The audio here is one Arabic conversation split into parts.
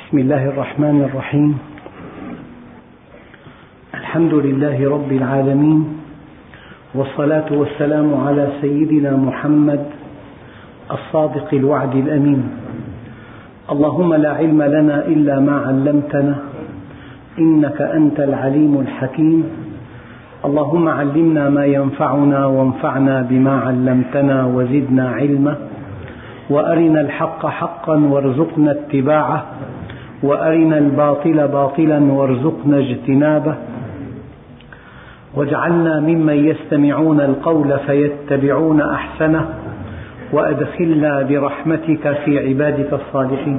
بسم الله الرحمن الرحيم. الحمد لله رب العالمين، والصلاة والسلام على سيدنا محمد الصادق الوعد الأمين. اللهم لا علم لنا إلا ما علمتنا، إنك أنت العليم الحكيم. اللهم علمنا ما ينفعنا وانفعنا بما علمتنا وزدنا علما، وأرنا الحق حقا وارزقنا اتباعه، وأرنا الباطل باطلا وارزقنا اجتنابه، واجعلنا ممن يستمعون القول فيتبعون أحسنه، وأدخلنا برحمتك في عبادك الصالحين.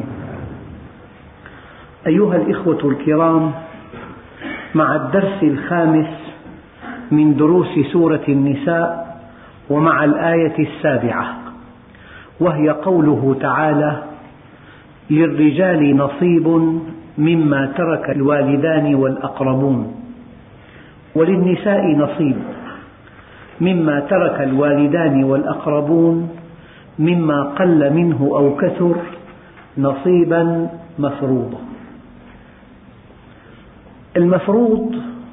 أيها الإخوة الكرام، مع الدرس الخامس من دروس سورة النساء، ومع الآية 7، وهي قوله تعالى: للرجال نصيب مما ترك الوالدان والأقربون، وللنساء نصيب مما ترك الوالدان والأقربون مما قل منه أو كثر نصيبا مفروضا. المفروض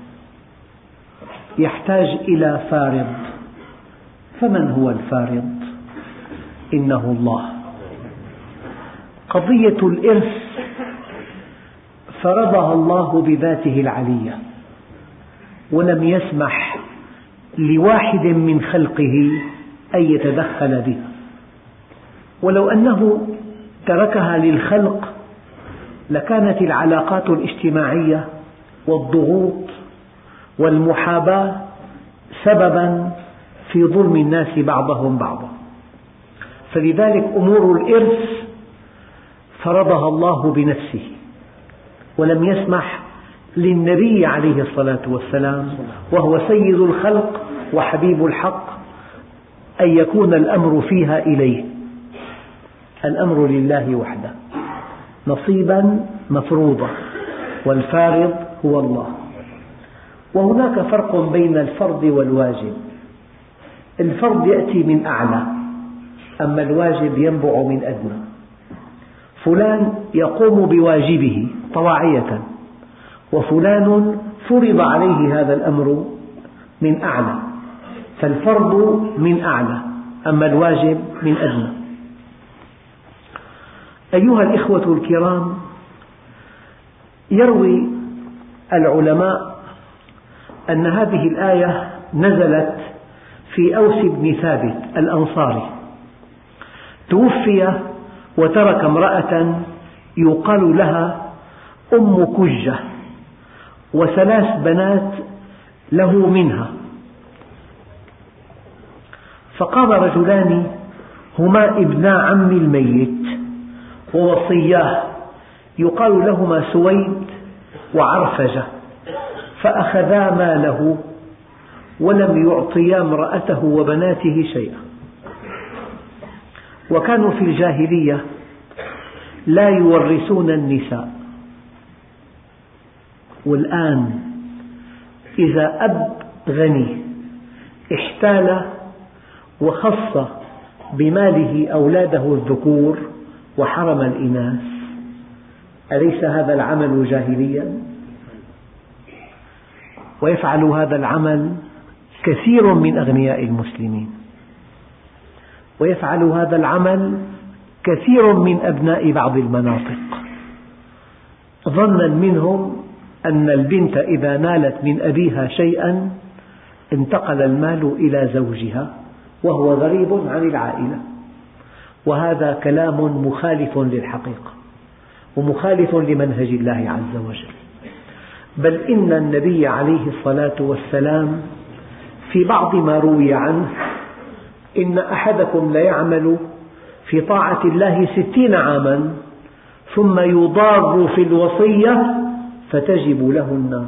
يحتاج إلى فارض، فمن هو الفارض؟ إنه الله. قضية الإرث فرضها الله بذاته العلية، ولم يسمح لواحد من خلقه أن يتدخل بها، ولو أنه تركها للخلق لكانت العلاقات الاجتماعية والضغوط والمحاباة سببا في ظلم الناس بعضهم بعضا. فلذلك أمور الإرث فرضها الله بنفسه، ولم يسمح للنبي عليه الصلاة والسلام، وهو سيد الخلق وحبيب الحق، أن يكون الأمر فيها إليه. الأمر لله وحده، نصيبا مفروضا، والفارض هو الله. وهناك فرق بين الفرض والواجب. الفرض يأتي من أعلى، أما الواجب ينبع من أدنى. فلان يقوم بواجبه طواعية، وفلان فرض عليه هذا الأمر من أعلى، فالفرض من أعلى أما الواجب من أدنى. أيها الإخوة الكرام، يروي العلماء أن هذه الآية نزلت في أوس بن ثابت الأنصاري، توفي وترك امرأة يقال لها أم كجة، وثلاث بنات له منها. فقام رجلان هما ابنا عم الميت ووصياه يقال لهما سويد وعرفجة، فأخذا ماله ولم يعطيا امرأته وبناته شيئا. وكانوا في الجاهلية لا يورثون النساء، والآن إذا أب غني احتال وخص بماله أولاده الذكور وحرم الإناث، أليس هذا العمل جاهليا؟ ويفعل هذا العمل كثير من أغنياء المسلمين، ويفعل هذا العمل كثير من أبناء بعض المناطق، ظنا منهم أن البنت إذا نالت من أبيها شيئا انتقل المال إلى زوجها وهو غريب عن العائلة. وهذا كلام مخالف للحقيقة ومخالف لمنهج الله عز وجل. بل إن النبي عليه الصلاة والسلام في بعض ما روي عنه: إن أحدكم ليعمل في طاعة الله 60 عاما ثم يضار في الوصية فتجب له النار.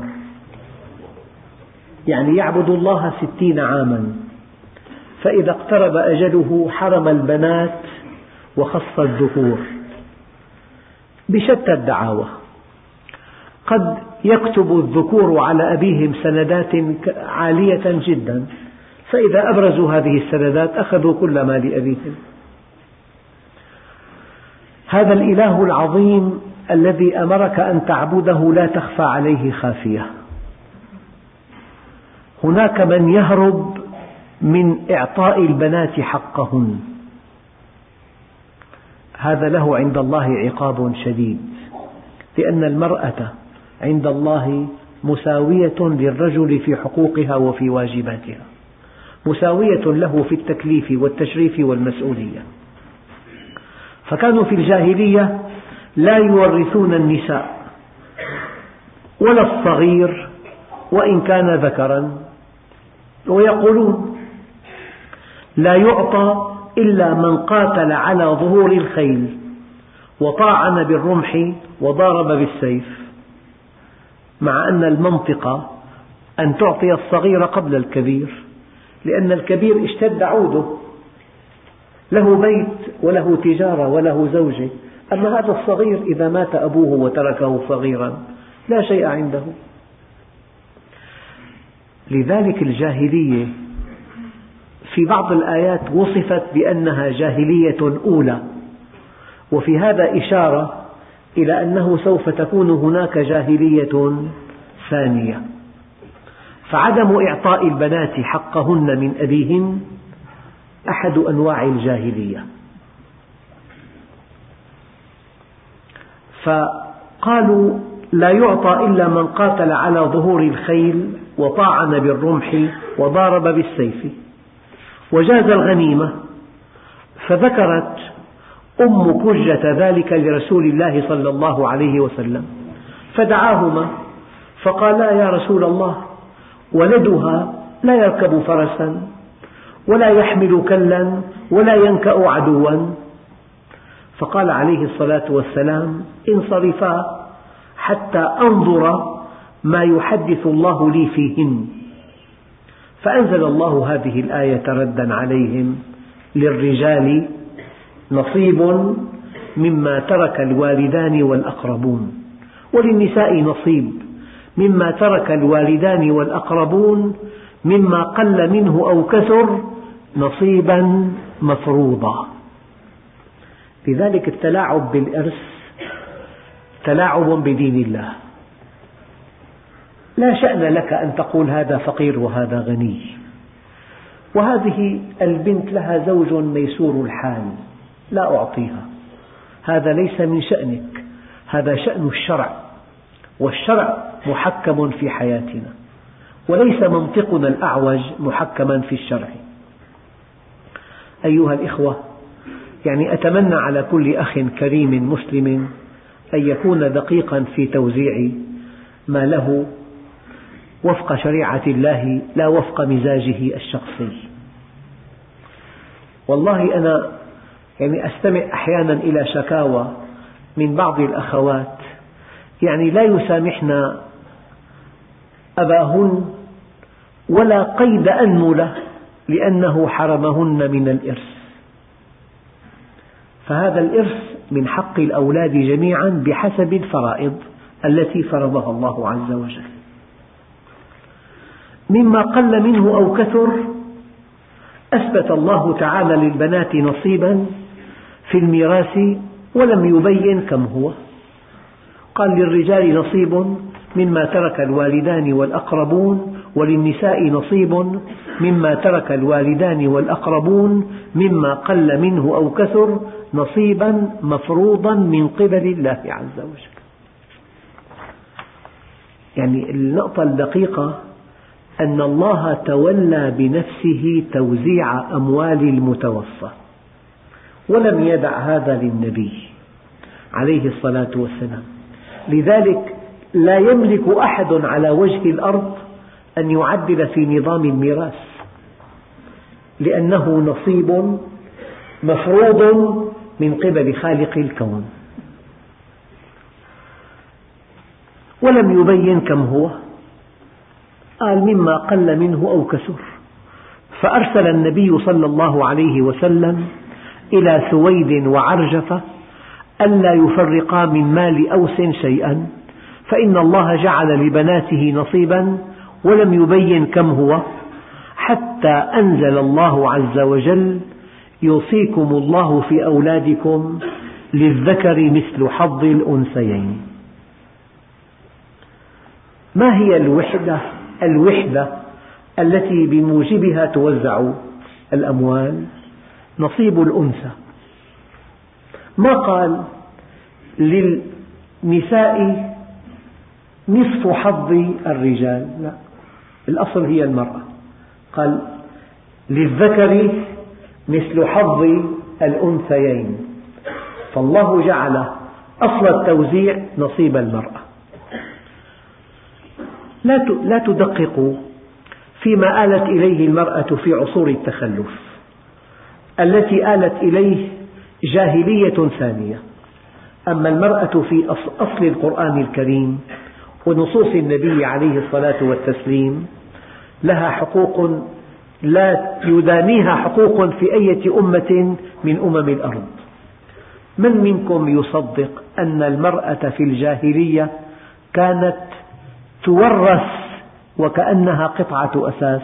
يعني يعبد الله 60 عاما، فإذا اقترب أجله حرم البنات وخص الذكور بشتى الدعاوى. قد يكتب الذكور على أبيهم سندات عالية جدا، فإذا أبرزوا هذه السندات أخذوا كل مال أبيهم. هذا الإله العظيم الذي أمرك أن تعبده لا تخفى عليه خافية. هناك من يهرب من إعطاء البنات حقهن، هذا له عند الله عقاب شديد، لأن المرأة عند الله مساوية للرجل في حقوقها وفي واجباتها، مساوية له في التكليف والتشريف والمسؤولية. فكانوا في الجاهلية لا يورثون النساء ولا الصغير وإن كان ذكرا، ويقولون لا يعطى إلا من قاتل على ظهور الخيل وطاعن بالرمح وضارب بالسيف، مع أن المنطق أن تعطي الصغير قبل الكبير، لأن الكبير اشتد عوده، له بيت وله تجارة وله زوجة، أما هذا الصغير إذا مات أبوه وتركه صغيرا لا شيء عنده. لذلك الجاهلية في بعض الآيات وصفت بأنها جاهلية أولى، وفي هذا إشارة إلى أنه سوف تكون هناك جاهلية ثانية. فعدم إعطاء البنات حقهن من أبيهن أحد أنواع الجاهلية. فقالوا لا يعطى إلا من قاتل على ظهور الخيل وطاعن بالرمح وضارب بالسيف، وجاز الغنيمة. فذكرت أم كجة ذلك لرسول الله صلى الله عليه وسلم، فدعاهما فقالا يا رسول الله ولدها لا يركب فرسا ولا يحمل كلا ولا ينكأ عدوا، فقال عليه الصلاة والسلام انصرفا حتى أنظر ما يحدث الله لي فيهن. فأنزل الله هذه الآية ردا عليهم: للرجال نصيب مما ترك الوالدان والأقربون، وللنساء نصيب مما ترك الوالدان والأقربون مما قل منه أو كثر نصيبا مفروضا. لذلك التلاعب بالإرث تلاعب بدين الله. لا شأن لك أن تقول هذا فقير وهذا غني، وهذه البنت لها زوج ميسور الحال لا أعطيها، هذا ليس من شأنك، هذا شأن الشرع، والشرع محكم في حياتنا، وليس منطقنا الأعوج محكما في الشرع. أيها الإخوة، أتمنى على كل أخ كريم مسلم أن يكون دقيقا في توزيع ما له وفق شريعة الله لا وفق مزاجه الشخصي. والله أنا أستمع أحيانا إلى شكاوى من بعض الأخوات لا يسامحن أباهن ولا قيد أنملة لأنه حرمهن من الإرث. فهذا الإرث من حق الأولاد جميعا بحسب الفرائض التي فرضها الله عز وجل. مما قل منه أو كثر أثبت الله تعالى للبنات نصيبا في الميراث ولم يبين كم هو. قال للرجال نصيب مما ترك الوالدان والأقربون، وللنساء نصيب مما ترك الوالدان والأقربون مما قل منه أو كثر نصيبا مفروضا من قبل الله عز وجل. النقطة الدقيقة أن الله تولى بنفسه توزيع أموال المتوفى، ولم يدع هذا للنبي عليه الصلاة والسلام. لذلك لا يملك أحد على وجه الأرض أن يعدل في نظام الميراث، لأنه نصيب مفروض من قبل خالق الكون. ولم يبين كم هو، قال مما قل منه أو كثر. فأرسل النبي صلى الله عليه وسلم إلى سويد وعرجفة ألا يفرقا من مال أوس شيئا، فإن الله جعل لبناته نصيبا ولم يبين كم هو، حتى أنزل الله عز وجل: يوصيكم الله في أولادكم للذكر مثل حظ الأنثيين. ما هي الوحدة التي بموجبها توزع الأموال؟ نصيب الأنثى. ما قال للنساء نصف حظ الرجال، لا، الأصل هي المرأة. قال للذكر مثل حظ الأنثيين، فالله جعل أصل التوزيع نصيب المرأة. لا تدققوا فيما آلت إليه المرأة في عصور التخلف التي آلت إليه جاهلية ثانية. أما المرأة في أصل القرآن الكريم ونصوص النبي عليه الصلاة والتسليم لها حقوق لا يدانيها حقوق في أي أمة من أمم الأرض. من منكم يصدق أن المرأة في الجاهلية كانت تورث وكأنها قطعة أثاث؟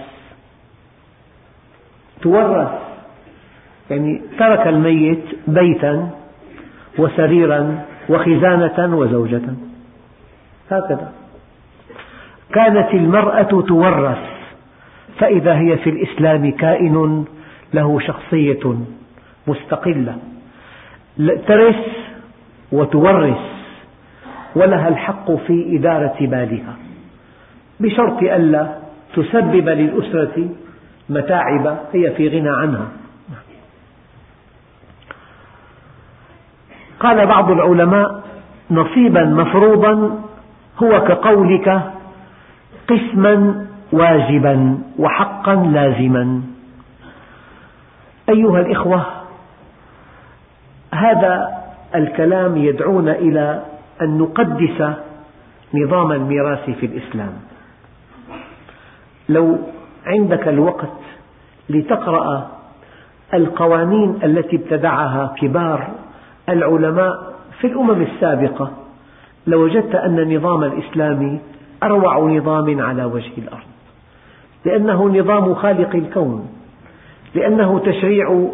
تورث يعني ترك الميت بيتا وسريرا وخزانة وزوجة، هكذا كانت المرأة تورث. فإذا هي في الإسلام كائن له شخصية مستقلة، ترث وتورث، ولها الحق في إدارة مالها بشرط ألا تسبب للأسرة متاعب هي في غنى عنها. قال بعض العلماء نصيبا مفروضا هو كقولك قسما واجبا وحقا لازما. أيها الإخوة، هذا الكلام يدعونا إلى أن نقدس نظام الميراث في الإسلام. لو عندك الوقت لتقرأ القوانين التي ابتدعها كبار العلماء في الأمم السابقة لوجدت أن النظام الإسلامي أروع نظام على وجه الأرض، لأنه نظام خالق الكون، لأنه تشريع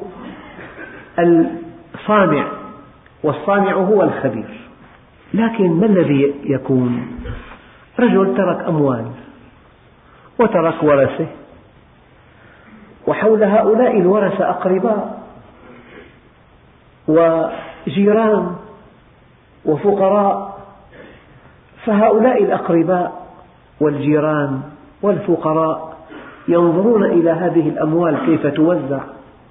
الصانع، والصانع هو الخبير. لكن ما الذي يكون؟ رجل ترك أموال وترك ورثة، وحول هؤلاء الورثة أقرباء وجيران وفقراء، فهؤلاء الأقرباء والجيران والفقراء ينظرون إلى هذه الأموال كيف توزع،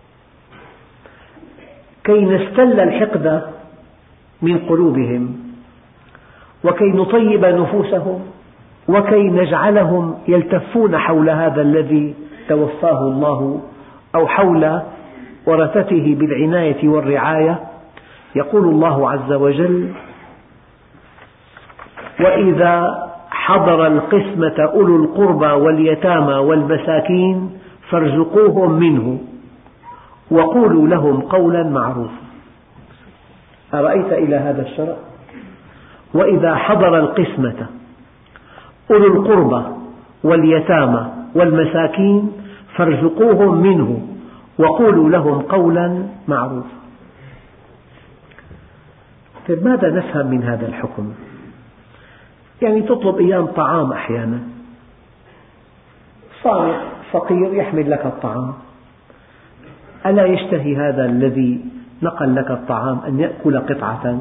كي نستل الحقد من قلوبهم، وكي نطيب نفوسهم، وكي نجعلهم يلتفون حول هذا الذي توفاه الله أو حول ورثته بالعناية والرعاية. يقول الله عز وجل: وإذا حضر القسمة أولو القربى واليتامى والمساكين فارزقوهم منه وقولوا لهم قولا معروفا. أرأيت إلى هذا الشرع؟ وإذا حضر القسمة أولو القربى واليتامى والمساكين فارزقوهم منه وقولوا لهم قولا معروفا. طيب ماذا نفهم من هذا الحكم؟ يعني تطلب أيام طعام أحيانا، صانع فقير يحمل لك الطعام، ألا يشتهي هذا الذي نقل لك الطعام أن يأكل قطعة؟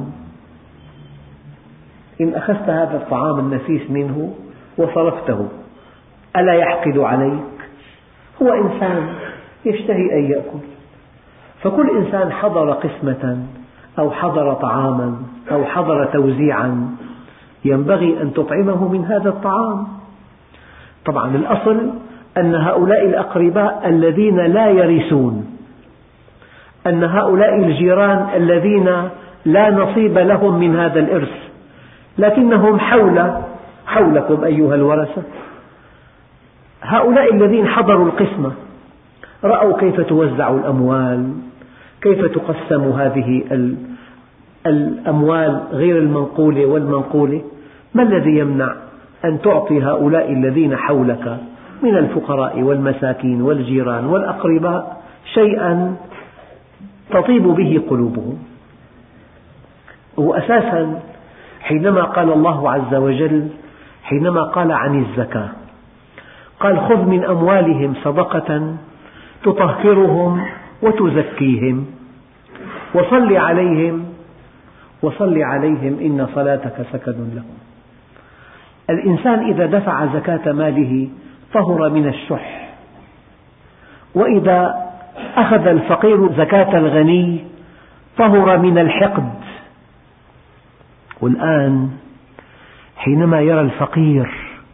إن أخذت هذا الطعام النفيس منه وصرفته ألا يحقد عليك؟ هو إنسان يشتهي أن يأكل. فكل إنسان حضر قسمة أو حضر طعاما أو حضر توزيعا ينبغي أن تطعمه من هذا الطعام. طبعا الأصل أن هؤلاء الأقرباء الذين لا يرثون، أن هؤلاء الجيران الذين لا نصيب لهم من هذا الإرث لكنهم حولكم أيها الورثة، هؤلاء الذين حضروا القسمة رأوا كيف توزع الأموال، كيف تقسم هذه الأموال غير المنقولة والمنقولة. ما الذي يمنع أن تعطي هؤلاء الذين حولك من الفقراء والمساكين والجيران والأقرباء شيئا تطيب به قلوبهم؟ هو أساسا حينما قال الله عز وجل، حينما قال عن الزكاة قال خذ من أموالهم صدقة تطهرهم وتزكيهم وصل عليهم إن صلاتك سكن لهم. الإنسان إذا دفع زكاة ماله طهر من الشح، وإذا أخذ الفقير زكاة الغني طهر من الحقد. والآن حينما يرى الفقير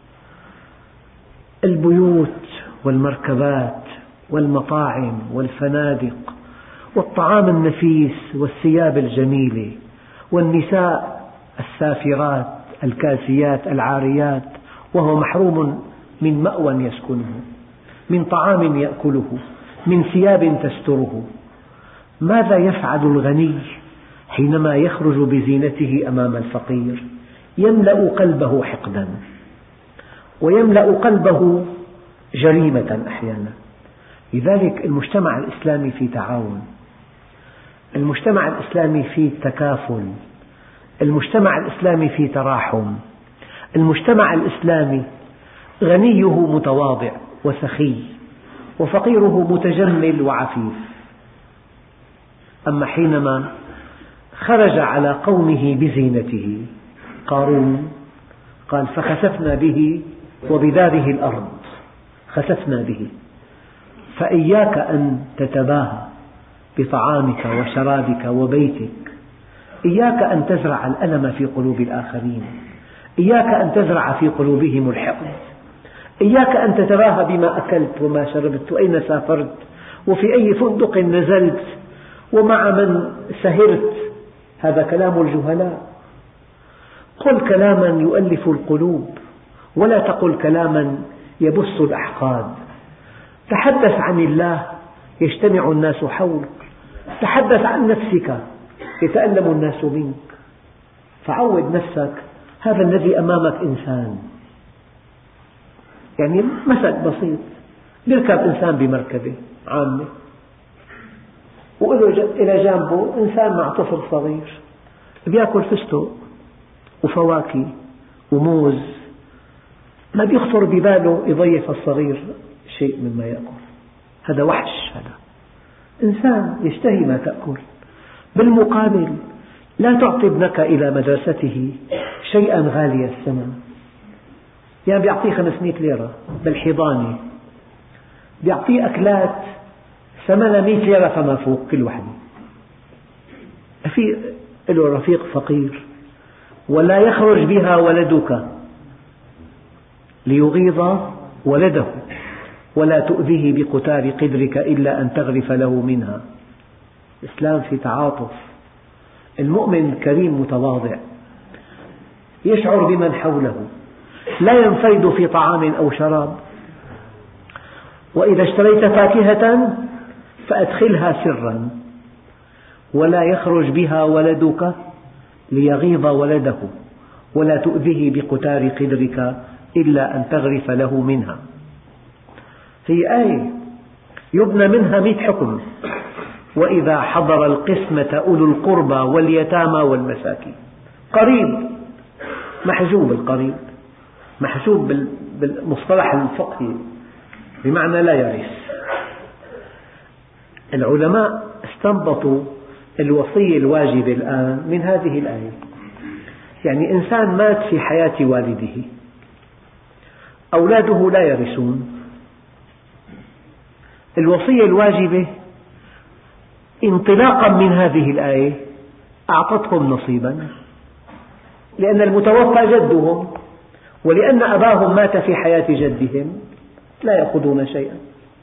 البيوت والمركبات والمطاعم والفنادق والطعام النفيس والثياب الجميلة والنساء السافرات الكاسيات العاريات، وهو محروم من مأوى يسكنه، من طعام يأكله، من ثياب تستره، ماذا يفعل الغني حينما يخرج بزينته أمام الفقير؟ يملأ قلبه حقدا، ويملأ قلبه جريمة أحيانا. لذلك المجتمع الإسلامي في تعاون، المجتمع الإسلامي في تكافل، المجتمع الإسلامي في تراحم، المجتمع الإسلامي غنيه متواضع وسخي، وفقيره متجمل وعفيف. أما حينما خرج على قومه بزينته قارون قال فخسفنا به وبداره الأرض، خسفنا به. فإياك أن تتباهى بطعامك وشرابك وبيتك، إياك أن تزرع الألم في قلوب الآخرين، إياك أن تزرع في قلوبهم الحقد، إياك أن تتباهى بما أكلت وما شربت وأين سافرت وفي أي فندق نزلت ومع من سهرت. هذا كلام الجهلاء. قل كلاما يؤلف القلوب، ولا تقل كلاما يبث الأحقاد. تحدث عن الله يجتمع الناس حولك، تحدث عن نفسك يتألم الناس منك. فعود نفسك هذا الذي أمامك إنسان. يعني مثل بسيط، يركب إنسان بمركبة عامة وإلى جانبه إنسان مع طفل صغير بيأكل فستق وفواكه وموز، ما بيخطر بباله يضيف الصغير شيء مما يأكل. هذا وحش، هذا إنسان يشتهي ما تأكل. بالمقابل لا تعطي ابنك إلى مدرسته شيئا غالي الثمن، يعني بيعطيه 500 ليرة بالحضانة، بيعطيه أكلات ثمنها 100 ليرة فما فوق كل واحدة. في له رفيق فقير ولا يخرج بها ولدك ليغيظ ولده ولا تؤذيه بقتار قدرك إلا أن تغرف له منها. الإسلام في تعاطف. المؤمن كريم متواضع يشعر بمن حوله، لا ينفرد في طعام أو شراب. وإذا اشتريت فاكهة فأدخلها سرا ولا يخرج بها ولدك ليغيظ ولده ولا تؤذيه بقتار قدرك إلا أن تغرف له منها. هي آية يبنى منها 100 حكم. وإذا حضر القسمة أولو القربى واليتامى والمساكين. قريب محجوب، القريب محجوب بالمصطلح الفقهي بمعنى لا يرث. العلماء استنبطوا الوصية الواجبة الآن من هذه الآية. يعني إنسان مات في حياة والده، أولاده لا يرثون، الوصية الواجبة انطلاقا من هذه الآية أعطتهم نصيبا، لأن المتوفى جدهم، ولأن أباهم مات في حياة جدهم لا يأخذون شيئا.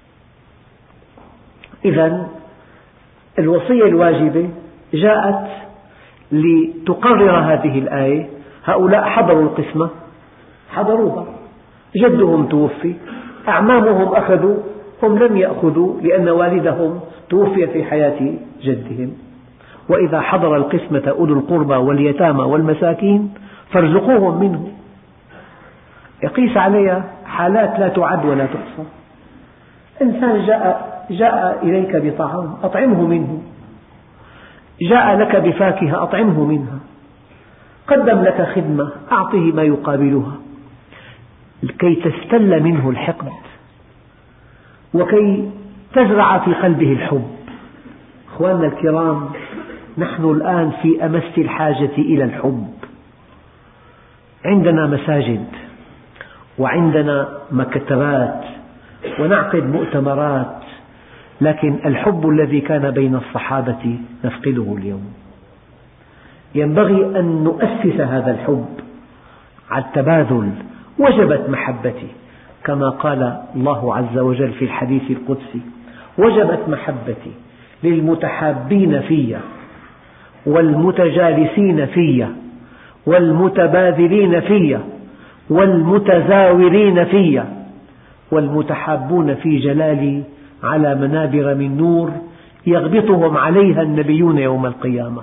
إذن الوصية الواجبة جاءت لتقرر هذه الآية. هؤلاء حضروا القسمة، حضروها، جدهم توفي، أعمامهم أخذوا، هم لم يأخذوا لأن والدهم توفي في حياة جدهم. وإذا حضر القسمة أولو القربى واليتامى والمساكين فارزقوهم منه. يقيس عليها حالات لا تعد ولا تحصى. إنسان جاء إليك بطعام أطعمه منه، جاء لك بفاكهة أطعمه منها، قدم لك خدمة، أعطه ما يقابلها كي تستل منه الحقد وكي تزرع في قلبه الحب. أخواننا الكرام، نحن الآن في أمس الحاجة إلى الحب. عندنا مساجد وعندنا مكتبات ونعقد مؤتمرات، لكن الحب الذي كان بين الصحابة نفقده اليوم. ينبغي أن نؤسس هذا الحب على التبادل. وجبت محبتي كما قال الله عز وجل في الحديث القدسي: وجبت محبتي للمتحابين في والمتجالسين في والمتباذلين في والمتزاورين في والمتحابون في جلالي على منابر من نور يغبطهم عليها النبيون يوم القيامة.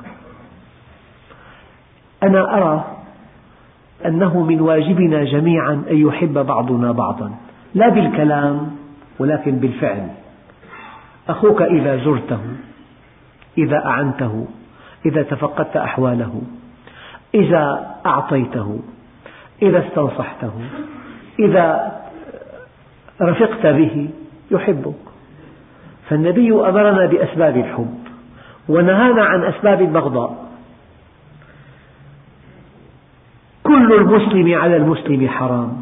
أنا أرى أنه من واجبنا جميعا أن يحب بعضنا بعضا، لا بالكلام ولكن بالفعل. أخوك إذا زرته، إذا أعنته، إذا تفقدت أحواله، إذا أعطيته، إذا استنصحته، إذا رفقت به، يحبك. فالنبي أمرنا بأسباب الحب ونهانا عن أسباب البغضاء. كل المسلم على المسلم حرام،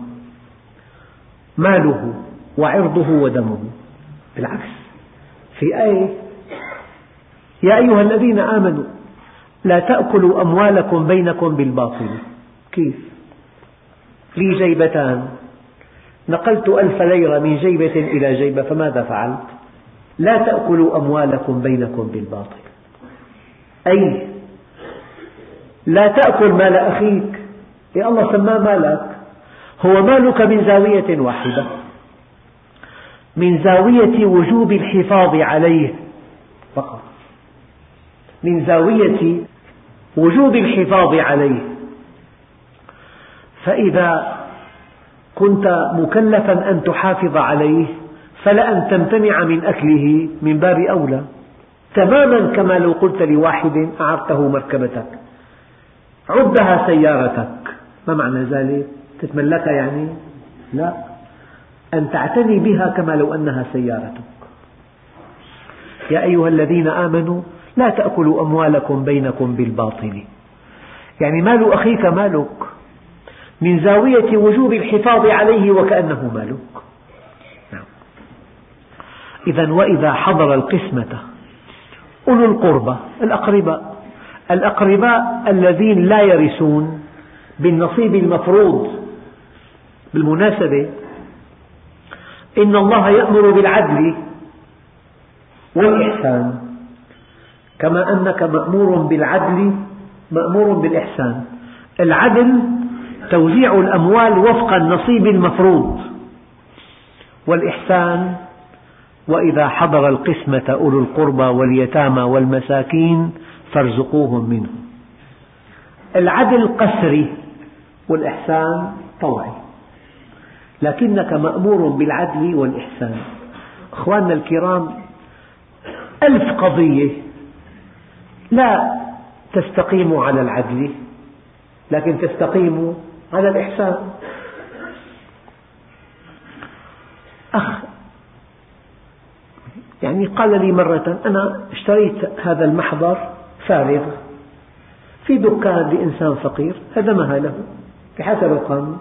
ماله وعرضه ودمه. بالعكس، في آية: يا أيها الذين آمنوا لا تأكلوا أموالكم بينكم بالباطل. كيف؟ لي جيبتان، نقلت 1000 ليرة من جيبة إلى جيبة، فماذا فعلت؟ لا تأكلوا أموالكم بينكم بالباطل، أي لا تأكل مال أخيك. يا الله سماه مالك، هو مالك من زاوية واحدة، من زاوية وجوب الحفاظ عليه فقط، من زاوية وجوب الحفاظ عليه. فإذا كنت مكلفا أن تحافظ عليه فلأن تمتنع من أكله من باب أولى، تماما كما لو قلت لواحد أعرته مركبتك عدها سيارتك. ما معنى ذلك؟ تتملكها يعني؟ لا، أن تعتني بها كما لو أنها سيارتك. يا أيها الذين آمنوا لا تأكلوا أموالكم بينكم بالباطل، يعني مال أخيك مالك من زاوية وجوب الحفاظ عليه وكأنه مالك. إذن وإذا حضر القسمة أولو القربى، الأقرباء الذين لا يرثون بالنصيب المفروض. بالمناسبة، إن الله يأمر بالعدل والإحسان، كما أنك مأمور بالعدل مأمور بالإحسان. العدل توزيع الأموال وفق النصيب المفروض، والإحسان وإذا حضر القسمة أولو القربى واليتامى والمساكين فارزقوهم منه. العدل قسري والإحسان طوعي، لكنك مأمور بالعدل والإحسان. أخواننا الكرام، 1000 قضية لا تستقيم على العدل، لكن تستقيم على الإحسان. يعني قال لي مرة: أنا اشتريت هذا المحضر فارغ في دكان لإنسان فقير هدمها له بحسب القانون.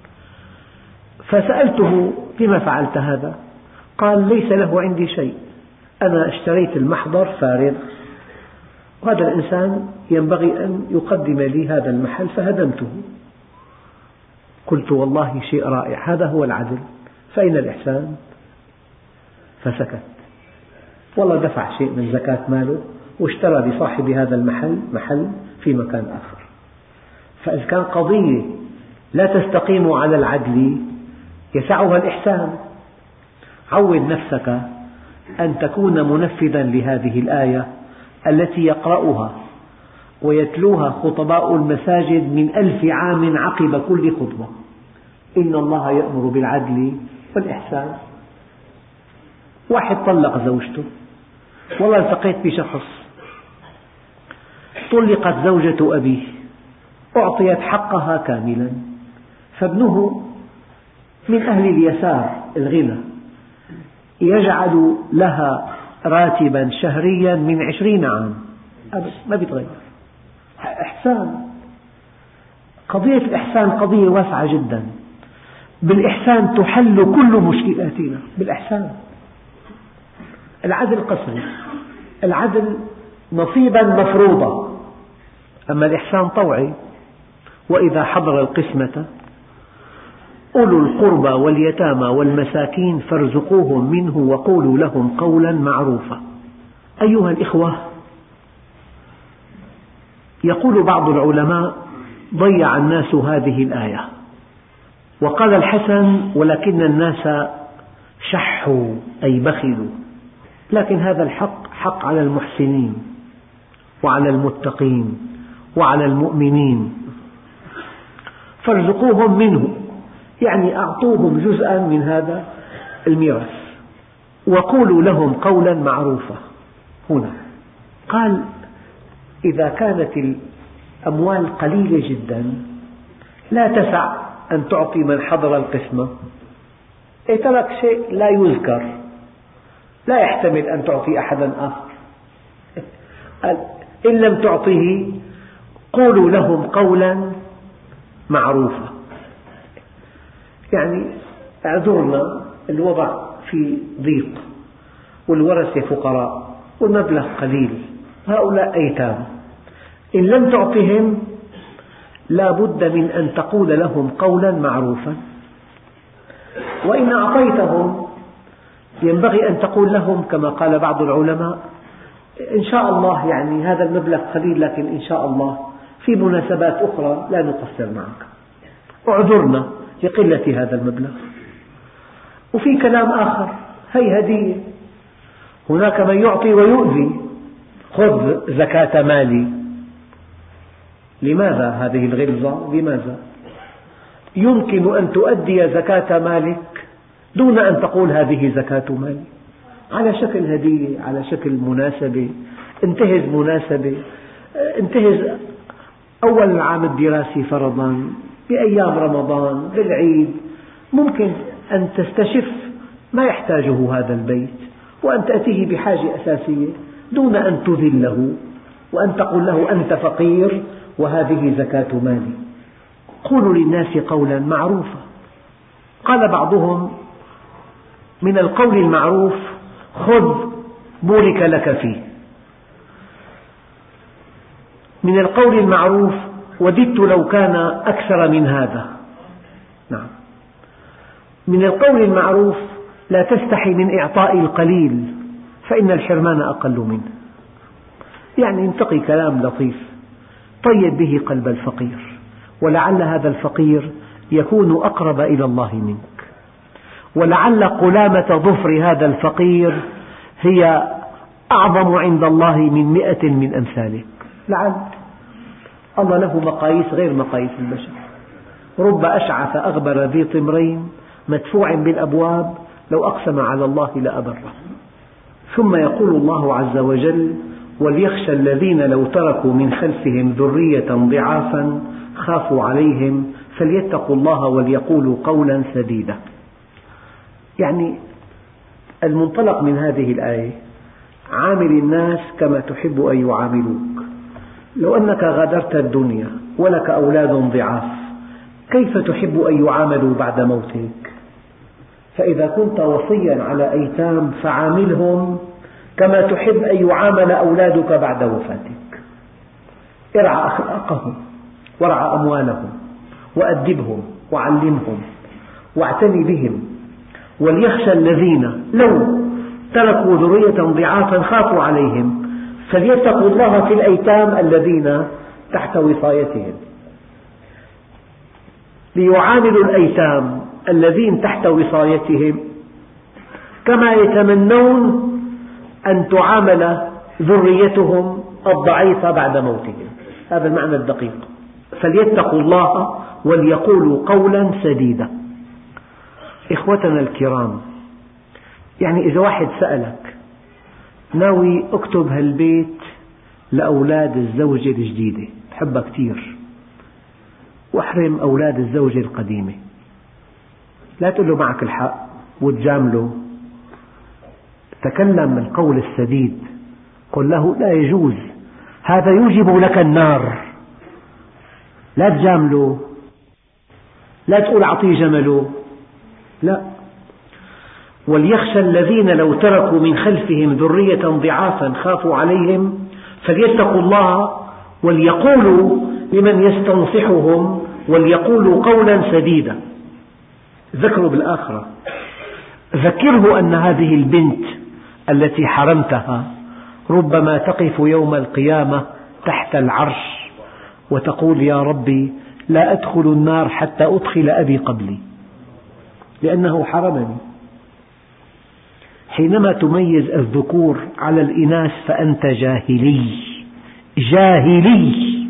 فسألته: لما فعلت هذا؟ قال: ليس له عندي شيء، أنا اشتريت المحضر فارغ، وهذا الإنسان ينبغي أن يقدم لي هذا المحل فهدمته. قلت: والله شيء رائع، هذا هو العدل، فأين الإحسان؟ فسكت. والله دفع شيء من زكاة ماله واشترى لصاحب هذا المحل محل في مكان آخر. فإذا كان قضية لا تستقيم على العدل يسعها الإحسان. عود نفسك أن تكون منفذا لهذه الآية التي يقرأها ويتلوها خطباء المساجد من 1000 عام عقب كل خطبة: إن الله يأمر بالعدل والإحسان. واحد طلق زوجته، والله التقيت بشخص طلقت زوجة أبيه أعطيت حقها كاملا، فابنه من أهل اليسار الغنى يجعل لها راتبا شهريا من 20 عام ما بيتغير. إحسان. قضية الإحسان قضية واسعة جدا. بالإحسان تحل كل مشكلاتنا، بالإحسان. العدل قسمي، العدل نصيبا مفروضا، أما الإحسان طوعي. وإذا حضر القسمة أولو القربى واليتامى والمساكين فارزقوهم منه وقولوا لهم قولا معروفا. أيها الإخوة، يقول بعض العلماء: ضيع الناس هذه الآية. وقال الحسن: ولكن الناس شحوا أي بخلوا. لكن هذا الحق حق على المحسنين وعلى المتقين وعلى المؤمنين. فارزقوهم منه، يعني أعطوهم جزءا من هذا الميراث، وقولوا لهم قولا معروفا. هنا قال: إذا كانت الأموال قليلة جدا لا تسع أن تعطي من حضر القسمة، ترك شيء لا يذكر لا يحتمل أن تعطي أحدا آخر. قال: إن لم تعطه قولوا لهم قولا معروفا، يعني اعذرنا، الوضع في ضيق والورثة فقراء والمبلغ قليل، هؤلاء أيتام، إن لم تعطهم لا بد من أن تقول لهم قولا معروفا. وإن أعطيتهم ينبغي أن تقول لهم كما قال بعض العلماء: إن شاء الله، يعني هذا المبلغ قليل لكن إن شاء الله في مناسبات أخرى لا نقصر معك، اعذرنا لقلة هذا المبلغ. وفي كلام آخر: هي هدية. هناك من يعطي ويؤذي: خذ زكاة مالي. لماذا هذه الغلظة؟ لماذا؟ يمكن أن تؤدي زكاة مالك دون أن تقول هذه زكاة مالي، على شكل هدية، على شكل مناسبة. انتهز مناسبة، انتهز أول العام الدراسي فرضا، بأيام رمضان، بالعيد، ممكن أن تستشف ما يحتاجه هذا البيت وأن تأتيه بحاجة أساسية دون أن تذله وأن تقول له أنت فقير وهذه زكاة مالي. قولوا للناس قولا معروفا. قال بعضهم: من القول المعروف خذ بورك لك فيه. من القول المعروف وددت لو كان أكثر من هذا. نعم. من القول المعروف لا تستحي من إعطاء القليل فإن الحرمان أقل منه. يعني انتقي كلام لطيف طيب به قلب الفقير، ولعل هذا الفقير يكون أقرب إلى الله منك، ولعل قلامة ظفر هذا الفقير هي أعظم عند الله من 100 من أمثالك. لعل الله له مقاييس غير مقاييس البشر. رب أشعث أغبر ذي طمرين مدفوع بالأبواب لو أقسم على الله لأبره. ثم يقول الله عز وجل: وليخشى الذين لو تركوا من خلفهم ذرية ضعافا خافوا عليهم فليتقوا الله وليقولوا قولا سديدا. يعني المنطلق من هذه الآية: عامل الناس كما تحب أن يعاملوك. لو أنك غادرت الدنيا ولك أولاد ضعاف كيف تحب أن يعاملوا بعد موتك؟ فإذا كنت وصيا على أيتام فعاملهم كما تحب أن يعامل أولادك بعد وفاتك. ارعى أخلاقهم وارعى أموالهم وأدبهم وعلمهم واعتني بهم. وليخشى الذين لو تركوا ذرية ضعافا خافوا عليهم فليتقوا الله في الأيتام الذين تحت وصايتهم. ليعاملوا الأيتام الذين تحت وصايتهم كما يتمنون أن تعامل ذريتهم الضعيفة بعد موتهم. هذا المعنى الدقيق. فليتقوا الله وليقولوا قولا سديدا. إخوتنا الكرام، يعني إذا واحد سألك: ناوي أكتب هالبيت لأولاد الزوجة الجديدة، بحبها كثير، واحرم أولاد الزوجة القديمة. لا تقول له معك الحق وتجامله، تكلم القول السديد، قل له لا يجوز، هذا يوجب لك النار. لا تجامله، لا تقول أعطيه جمله، لا. وليخشى الذين لو تركوا من خلفهم ذرية ضعافا خافوا عليهم فليتقوا الله وليقولوا لمن يستنصحهم وليقولوا قولا سديدا. ذكروا بالآخرة، ذكره أن هذه البنت التي حرمتها ربما تقف يوم القيامة تحت العرش وتقول يا ربي لا أدخل النار حتى أدخل أبي قبلي لأنه حرمني. حينما تميز الذكور على الإناث فأنت جاهلي، جاهلي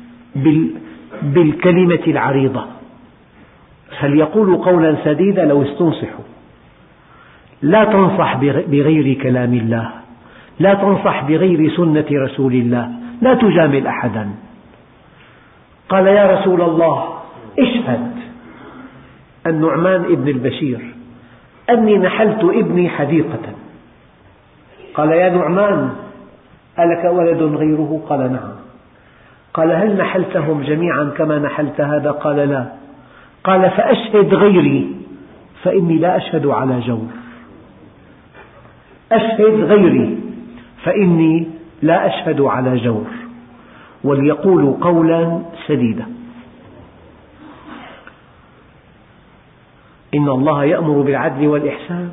بالكلمة العريضة. فليقولوا قولا سديدا لو استنصحوا. لا تنصح بغير كلام الله، لا تنصح بغير سنة رسول الله، لا تجامل أحدا. قال يا رسول الله اشهد النعمان ابن البشير أني نحلت ابني حديقة. قال يا نعمان ألك ولد غيره؟ قال نعم. قال هل نحلتهم جميعا كما نحلت هذا؟ قال لا. قال فأشهد غيري فإني لا أشهد على جور. أشهد غيري فإني لا أشهد على جور. وليقولوا قولا سديدا. إن الله يأمر بالعدل والإحسان.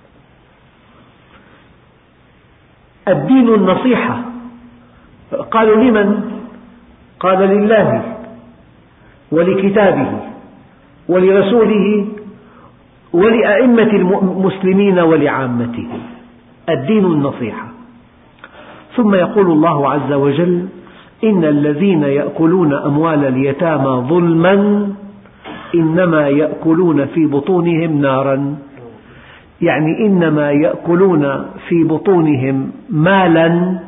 الدين النصيحة. قالوا لمن؟ قال لله ولكتابه ولرسوله ولأئمة المسلمين ولعامتهم. الدين النصيحة. ثم يقول الله عز وجل إن الذين يأكلون أموال اليتامى ظلما إنما يأكلون في بطونهم نارا. يعني إنما يأكلون في بطونهم مالا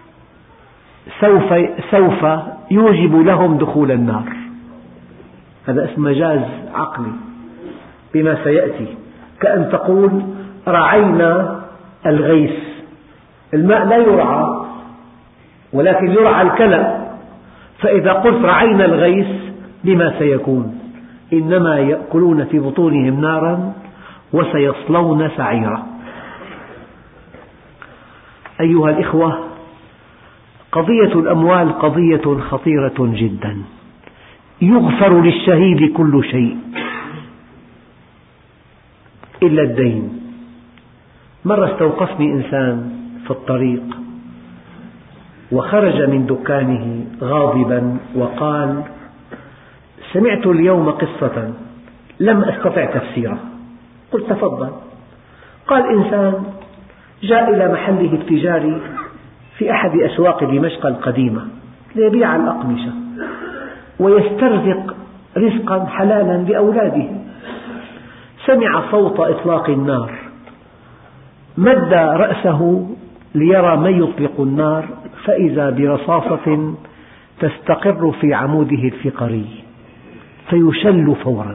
سوف يوجب لهم دخول النار. هذا اسم مجاز عقلي بما سيأتي، كأن تقول رعينا الغيث. الماء لا يرعى ولكن يرعى الكلأ، فإذا قلت رعينا الغيث بما سيكون؟ إنما يأكلون في بطونهم نارا وسيصلون سعيرا. أيها الإخوة، قضية الأموال قضية خطيرة جدا. يغفر للشهيد كل شيء إلا الدين. مرة استوقفني إنسان في الطريق وخرج من دكانه غاضبا وقال سمعت اليوم قصة لم أستطع تفسيرها. قلت تفضل. قال إنسان جاء إلى محله التجاري في أحد أسواق دمشق القديمة ليبيع الأقمشة ويسترزق رزقا حلالا لأولاده. سمع صوت إطلاق النار، مد رأسه ليرى من يطلق النار فإذا برصاصة تستقر في عموده الفقري فيشل فورا.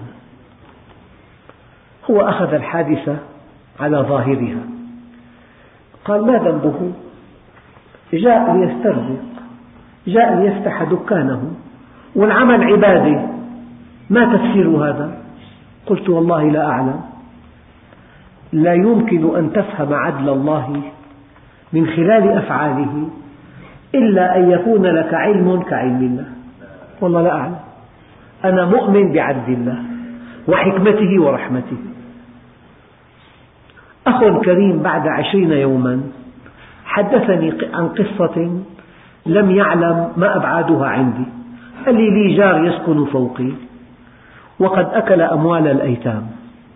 هو أخذ الحادثة على ظاهرها. قال ما ذنبه؟ جاء ليسترزق، جاء ليفتح دكانه والعمل عبادة، ما تفسير هذا؟ قلت والله لا أعلم. لا يمكن أن تفهم عدل الله من خلال أفعاله إلا أن يكون لك علم كعلم الله. والله لا أعلم. أنا مؤمن بعدل الله وحكمته ورحمته. أخ كريم بعد 20 يوما حدثني عن قصة لم يعلم ما أبعادها عندي. قال لي جار يسكن فوقي وقد أكل أموال الأيتام.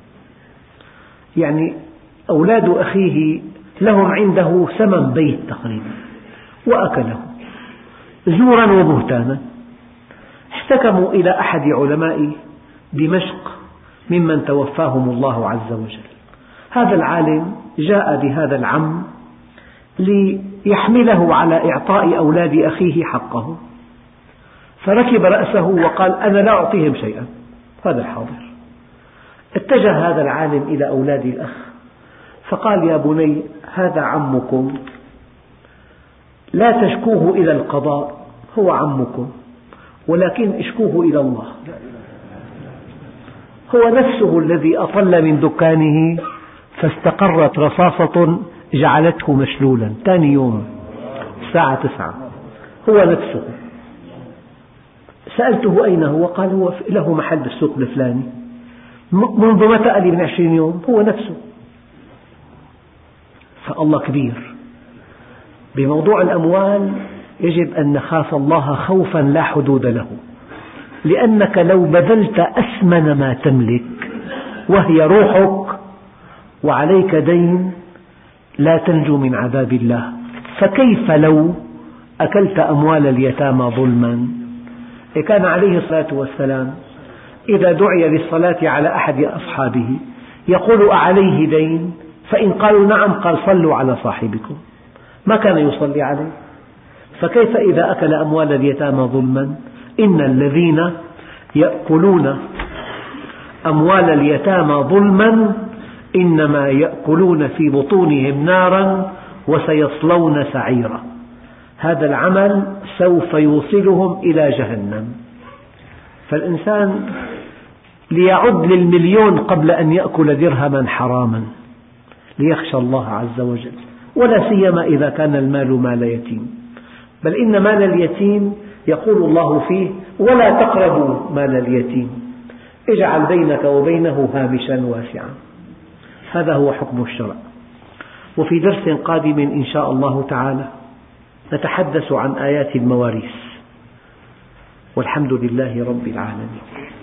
يعني أولاد أخيه لهم عنده ثمن بيت تقريبا وأكله زورا وبهتانا. احتكموا إلى أحد علماء دمشق ممن توفاهم الله عز وجل. هذا العالم جاء بهذا العم ليحمله على إعطاء أولاد أخيه حقه، فركب رأسه وقال أنا لا أعطيهم شيئا. هذا الحاضر. اتجه هذا العالم إلى أولاد الأخ فقال يا بني هذا عمكم لا تشكوه إلى القضاء، هو عمكم، ولكن اشكوه إلى الله. هو نفسه الذي أطل من دكانه فاستقرت رصاصة جعلته مشلولا ثاني يوم الساعة 9. هو نفسه. سألته أين هو؟ قال هو له محل بالسوق الفلاني. منذ متى؟ قال لي من 20 يوم. هو نفسه. فالله كبير. بموضوع الأموال يجب أن نخاف الله خوفا لا حدود له، لأنك لو بذلت أثمن ما تملك وهي روحك وعليك دين لا تنجو من عذاب الله. فكيف لو أكلت أموال اليتامى ظلما؟ كان عليه الصلاة والسلام إذا دعي للصلاة على أحد أصحابه يقول أعليه دين؟ فإن قالوا نعم قال صلوا على صاحبكم. ما كان يصلي عليه. فكيف إذا أكل أموال اليتامى ظلما؟ إن الذين يأكلون أموال اليتامى ظلما إنما يأكلون في بطونهم نارا وسيصلون سعيرا. هذا العمل سوف يوصلهم إلى جهنم. فالإنسان ليعد للمليون قبل أن يأكل درهما حراما ليخشى الله عز وجل، ولا سيما إذا كان المال مال يتيم. بل إن مال اليتيم يقول الله فيه ولا تقربوا مال اليتيم اجعل بينك وبينه هامشا واسعا. هذا هو حكم الشرع. وفي درس قادم إن شاء الله تعالى نتحدث عن آيات المواريث، والحمد لله رب العالمين.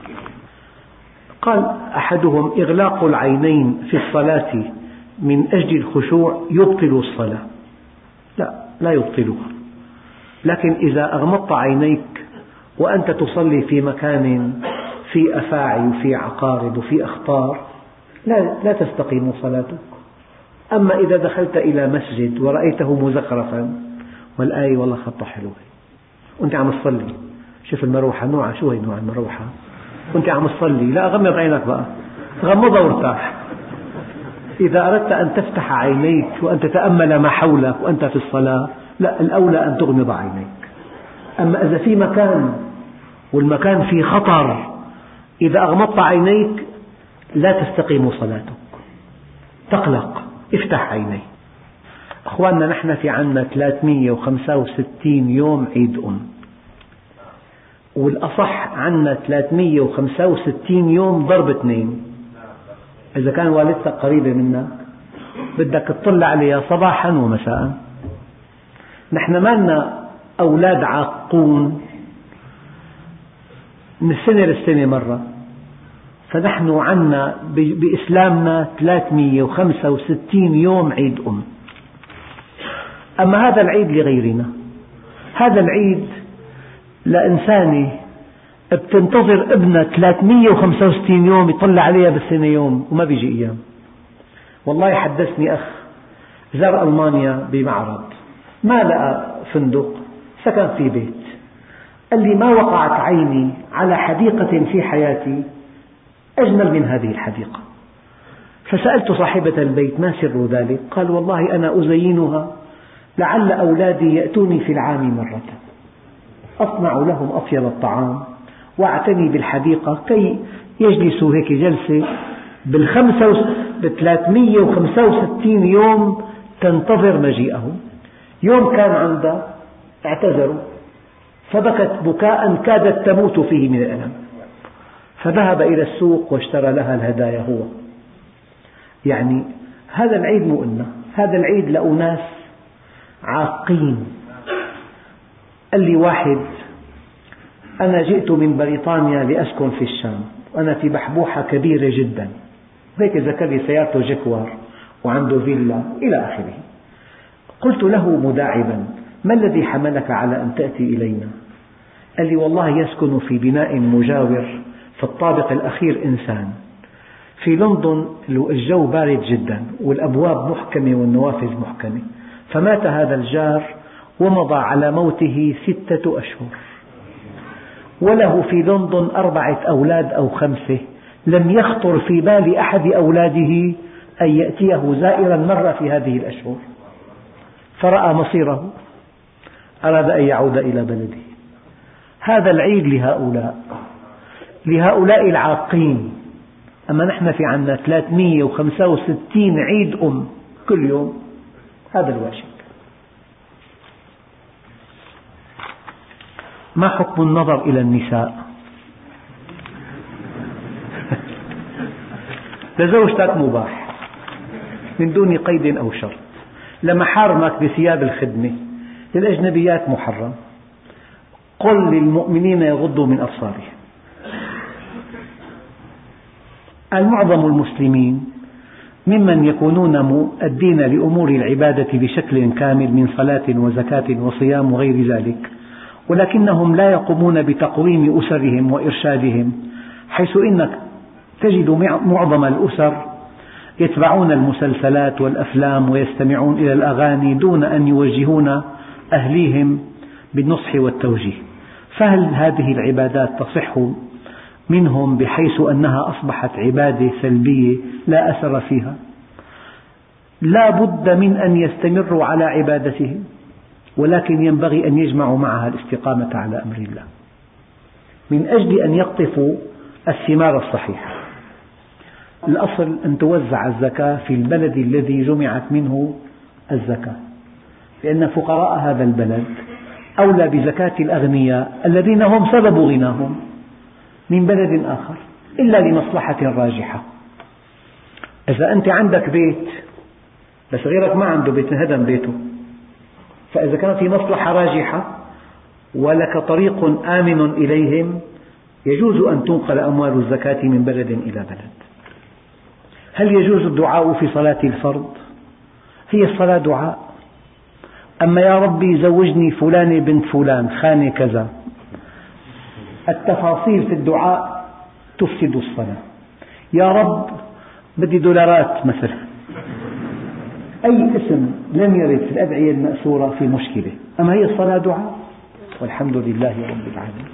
قال أحدهم إغلاق العينين في الصلاة من أجل الخشوع يبطل الصلاة. لا يبطلها، لكن إذا أغمضت عينيك وأنت تصلي في مكان في أفاعي وفي عقارب وفي أخطار لا تستقيم صلاتك. أما إذا دخلت إلى مسجد ورأيته مزخرفا، والآية والله خطة حلوة، وأنت عم تصلي، شوف المروحة نوعها شو هي نوع المروحة، وأنت عم تصلي لا غمض عينك بقى، غمضها وارتاح. إذا أردت أن تفتح عينيك وأن تتأمل ما حولك وأنت في الصلاة، لا، الأولى أن تغمض عينيك. أما إذا في مكان والمكان فيه خطر، إذا أغمضت عينيك لا تستقيم صلاتك، تقلق، افتح عينيك. أخواننا نحن في عنا 365 يوم عيد والأصح عنا 365 يوم ضرب 2. إذا كان والدتك قريبة منك بدك تطلع عليها صباحا ومساء. نحن ما لنا أولاد عاقون من السنة للسنة مرة، فنحن عنا بإسلامنا 365 يوم عيد أما هذا العيد لغيرنا. هذا العيد لإنسانة بتنتظر ابنها 365 يوم يطلع عليها بالسنة يوم وما بيجي أيام. والله حدثني أخ زار ألمانيا بمعرض، ما لقى فندق، سكن في بيت. قال لي ما وقعت عيني على حديقة في حياتي أجمل من هذه الحديقة. فسألت صاحبة البيت ما سر ذلك؟ قال والله أنا أزينها لعل أولادي يأتوني في العام مرة، أصنع لهم أطيب الطعام وأعتني بالحديقة كي يجلسوا هيك جلسة 365 يوم تنتظر مجيئهم. يوم كان عندها اعتذروا فبكت بكاء كادت تموت فيه من الألم، فذهب إلى السوق واشترى لها الهدايا هو. يعني هذا العيد مو إلنا، هذا العيد لأناس عاقين. قال لي واحد أنا جئت من بريطانيا لأسكن في الشام وأنا في بحبوحة كبيرة جدا، هيك ذكر لي سيارته جكوار وعنده فيلا إلى آخره. قلت له مداعبا ما الذي حملك على أن تأتي إلينا؟ قال لي والله يسكن في بناء مجاور في الطابق الأخير إنسان. في لندن الجو بارد جدا والأبواب محكمة والنوافذ محكمة، فمات هذا الجار ومضى على موته 6 أشهر. وله في لندن 4 أولاد أو 5، لم يخطر في بال أحد أولاده أن يأتيه زائرا مرة في هذه الأشهر، فرأى مصيره، أراد أن يعود إلى بلده. هذا العيد لهؤلاء العاقين. أما نحن في عنا 365 عيد كل يوم. هذا الواجب. ما حكم النظر إلى النساء؟ لزوجتك مباح من دون قيد أو شرط، لمحارمك بثياب الخدمة، للأجنبيات محرم. قل للمؤمنين يغضوا من أبصارهم. المعظم المسلمين ممن يكونون مؤدين لأمور العبادة بشكل كامل من صلاة وزكاة وصيام وغير ذلك، ولكنهم لا يقومون بتقويم أسرهم وإرشادهم، حيث إنك تجد معظم الأسر يتبعون المسلسلات والأفلام ويستمعون إلى الأغاني دون أن يوجهون أهليهم بالنصح والتوجيه. فهل هذه العبادات تصح منهم بحيث أنها أصبحت عبادة سلبية لا أثر فيها؟ لا بد من أن يستمروا على عبادتهم، ولكن ينبغي أن يجمعوا معها الاستقامة على أمر الله من أجل أن يقطفوا الثمار الصحيحة. الأصل أن توزع الزكاة في البلد الذي جمعت منه الزكاة، لأن فقراء هذا البلد أولى بزكاة الأغنياء الذين هم سبب غناهم من بلد آخر، إلا لمصلحة راجحة. إذا أنت عندك بيت بس غيرك ما عنده بيت، انهدم بيته، فإذا كانت في مصلحة راجحة ولك طريق آمن إليهم يجوز أن تنقل أموال الزكاة من بلد إلى بلد. هل يجوز الدعاء في صلاة الفرض؟ هي الصلاة دعاء. أما يا ربي زوجني فلانة بنت فلان خانة كذا، التفاصيل في الدعاء تفسد الصلاة. يا رب بدي دولارات مثلا، أي اسم لم يرد في الأدعية المأثورة في مشكلة. أما هي الصلاة دعاء، والحمد لله رب العالمين.